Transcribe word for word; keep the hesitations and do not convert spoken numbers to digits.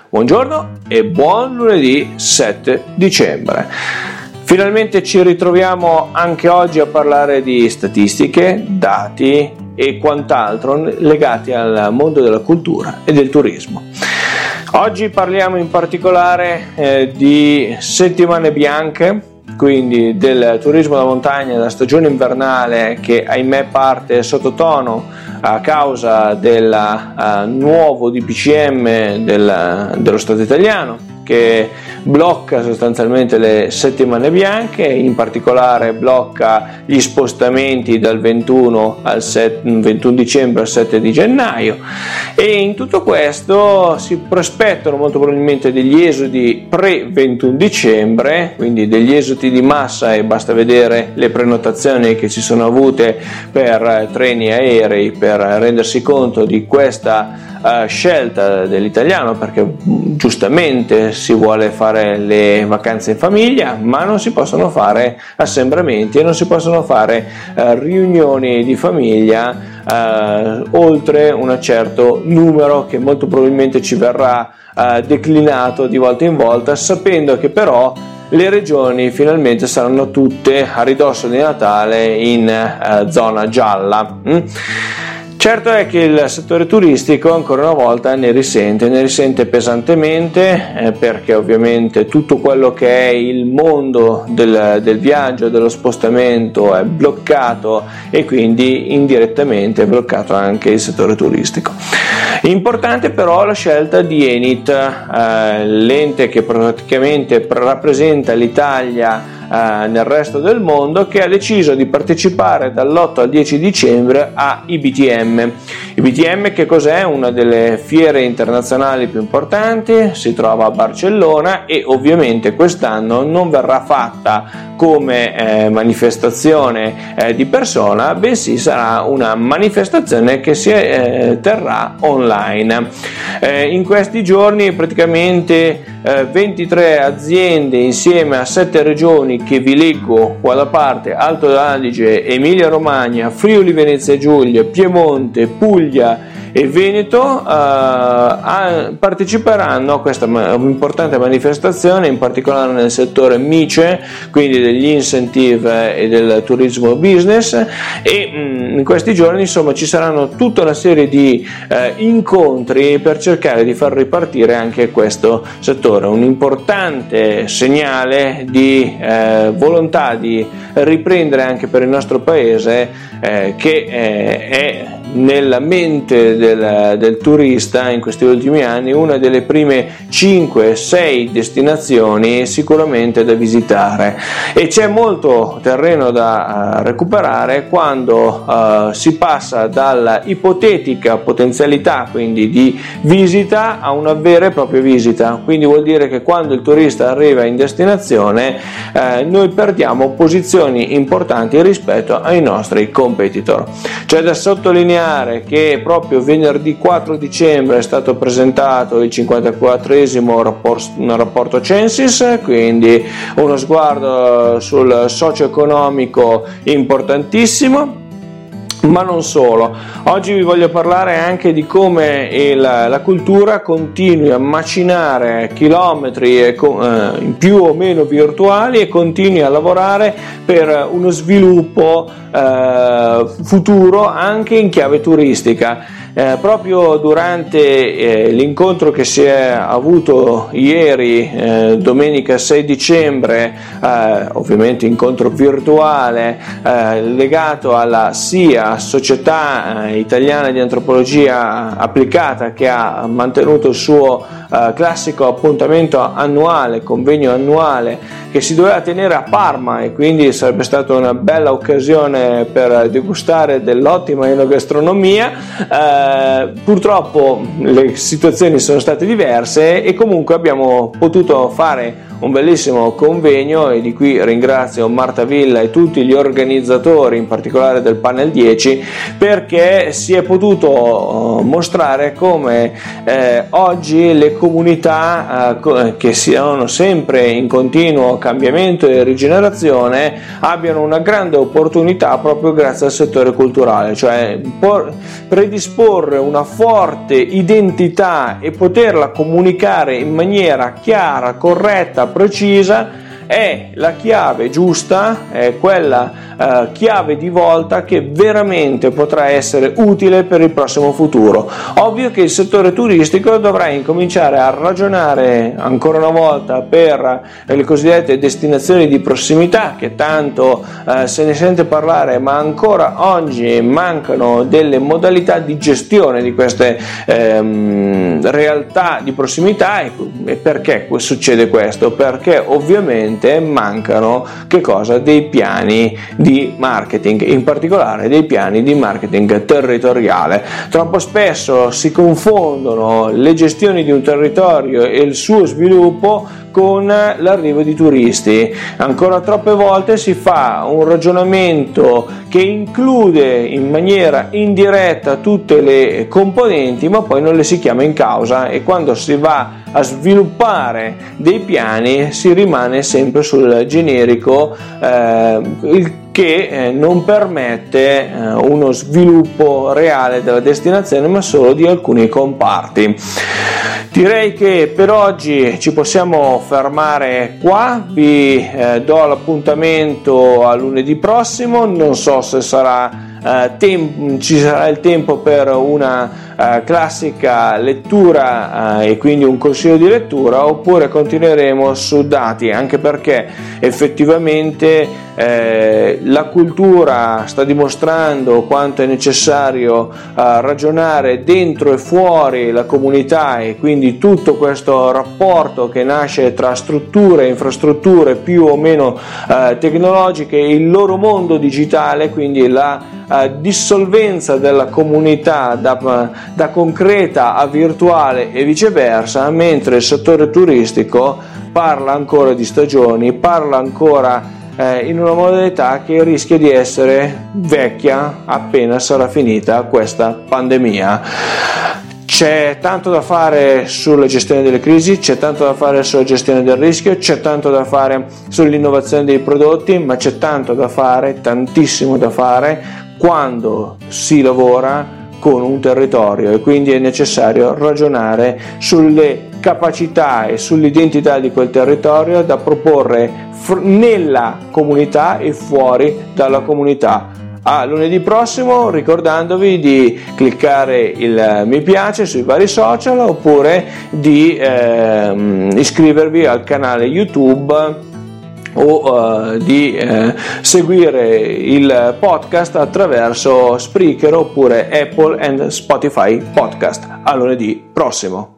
Buongiorno e buon lunedì sette dicembre. Finalmente ci ritroviamo anche oggi a parlare di statistiche, dati e quant'altro legati al mondo della cultura e del turismo. Oggi parliamo in particolare eh, di settimane bianche, quindi del turismo da montagna della stagione invernale che ahimè parte sottotono a causa del uh, nuovo D P C M del, dello Stato italiano, che blocca sostanzialmente le settimane bianche, in particolare blocca gli spostamenti dal ventuno al ventuno dicembre al sette di gennaio, e in tutto questo si prospettano molto probabilmente degli esodi pre ventuno dicembre, quindi degli esodi di massa, e basta vedere le prenotazioni che ci sono avute per treni e aerei per rendersi conto di questa Uh, scelta dell'italiano, perché giustamente si vuole fare le vacanze in famiglia, ma non si possono fare assembramenti e non si possono fare uh, riunioni di famiglia uh, oltre un certo numero, che molto probabilmente ci verrà uh, declinato di volta in volta, sapendo che però le regioni finalmente saranno tutte a ridosso di Natale in uh, zona gialla. Mm? Certo è che il settore turistico ancora una volta ne risente, ne risente pesantemente eh, perché ovviamente tutto quello che è il mondo del, del viaggio, dello spostamento è bloccato, e quindi indirettamente è bloccato anche il settore turistico. Importante però la scelta di Enit, eh, l'ente che praticamente rappresenta l'Italia Uh, nel resto del mondo, che ha deciso di partecipare dall'otto al dieci dicembre a I B T M. I B T M che cos'è? Una delle fiere internazionali più importanti, si trova a Barcellona, e ovviamente quest'anno non verrà fatta come eh, manifestazione eh, di persona, bensì sarà una manifestazione che si eh, terrà online. Eh, in questi giorni praticamente eh, ventitré aziende insieme a sette regioni che vi leggo qua da parte: Alto Adige, Emilia Romagna, Friuli Venezia Giulia, Piemonte, Puglia e Veneto uh, a, parteciperanno a questa ma- importante manifestazione, in particolare nel settore M I C E, quindi degli incentive e del turismo business, e mh, in questi giorni insomma ci saranno tutta una serie di eh, incontri per cercare di far ripartire anche questo settore, un importante segnale di eh, volontà di riprendere anche per il nostro paese eh, che eh, è nella mente del, del turista in questi ultimi anni una delle prime cinque sei destinazioni sicuramente da visitare, e c'è molto terreno da uh, recuperare quando uh, si passa dalla ipotetica potenzialità quindi di visita a una vera e propria visita. Quindi vuol dire che quando il turista arriva in destinazione uh, noi perdiamo posizioni importanti rispetto ai nostri competitor. C'è da sottolineare che proprio venerdì quattro dicembre è stato presentato il cinquantaquattresimo rapporto, rapporto Censis, quindi uno sguardo sul socio-economico importantissimo. Ma non solo, oggi vi voglio parlare anche di come il, la cultura continui a macinare chilometri e, eh, più o meno virtuali, e continui a lavorare per uno sviluppo eh, futuro anche in chiave turistica. Eh, proprio durante eh, l'incontro che si è avuto ieri, eh, domenica sei dicembre, eh, ovviamente incontro virtuale eh, legato alla S I A, Società eh, Italiana di Antropologia Applicata, che ha mantenuto il suo eh, classico appuntamento annuale, convegno annuale, che si doveva tenere a Parma, e quindi sarebbe stata una bella occasione per degustare dell'ottima enogastronomia. Eh, purtroppo le situazioni sono state diverse, e comunque abbiamo potuto fare un bellissimo convegno, e di qui ringrazio Marta Villa e tutti gli organizzatori, in particolare del panel dieci, perché si è potuto mostrare come eh, oggi le comunità eh, che siano sempre in continuo cambiamento e rigenerazione abbiano una grande opportunità proprio grazie al settore culturale, cioè por- predisporre una forte identità e poterla comunicare in maniera chiara, corretta, precisa è la chiave giusta, è quella eh, chiave di volta che veramente potrà essere utile per il prossimo futuro. Ovvio che il settore turistico dovrà incominciare a ragionare ancora una volta per le cosiddette destinazioni di prossimità, che tanto eh, se ne sente parlare, ma ancora oggi mancano delle modalità di gestione di queste ehm, realtà di prossimità. E perché succede questo? Perché ovviamente mancano che cosa? Dei piani di marketing, in particolare dei piani di marketing territoriale. Troppo spesso si confondono le gestioni di un territorio e il suo sviluppo con l'arrivo di turisti. Ancora troppe volte si fa un ragionamento che include in maniera indiretta tutte le componenti, ma poi non le si chiama in causa, e quando si va a sviluppare dei piani si rimane sempre sul generico, eh, il che eh, non permette eh, uno sviluppo reale della destinazione, ma solo di alcuni comparti. Direi che per oggi ci possiamo fermare qua, vi eh, do l'appuntamento a lunedì prossimo, non so se sarà Uh, tem- ci sarà il tempo per una uh, classica lettura uh, e quindi un consiglio di lettura, oppure continueremo su dati, anche perché effettivamente eh, la cultura sta dimostrando quanto è necessario uh, ragionare dentro e fuori la comunità, e quindi tutto questo rapporto che nasce tra strutture e infrastrutture più o meno uh, tecnologiche, il loro mondo digitale, quindi la Uh, dissolvenza della comunità da, da concreta a virtuale e viceversa, mentre il settore turistico parla ancora di stagioni, parla ancora eh, in una modalità che rischia di essere vecchia appena sarà finita questa pandemia. C'è tanto da fare sulla gestione delle crisi, c'è tanto da fare sulla gestione del rischio, c'è tanto da fare sull'innovazione dei prodotti, ma c'è tanto da fare, tantissimo da fare quando si lavora con un territorio, e quindi è necessario ragionare sulle capacità e sull'identità di quel territorio da proporre fr- nella comunità e fuori dalla comunità. A lunedì prossimo, ricordandovi di cliccare il mi piace sui vari social, oppure di ehm, iscrivervi al canale YouTube o uh, di eh, seguire il podcast attraverso Spreaker oppure Apple and Spotify Podcast. A lunedì prossimo.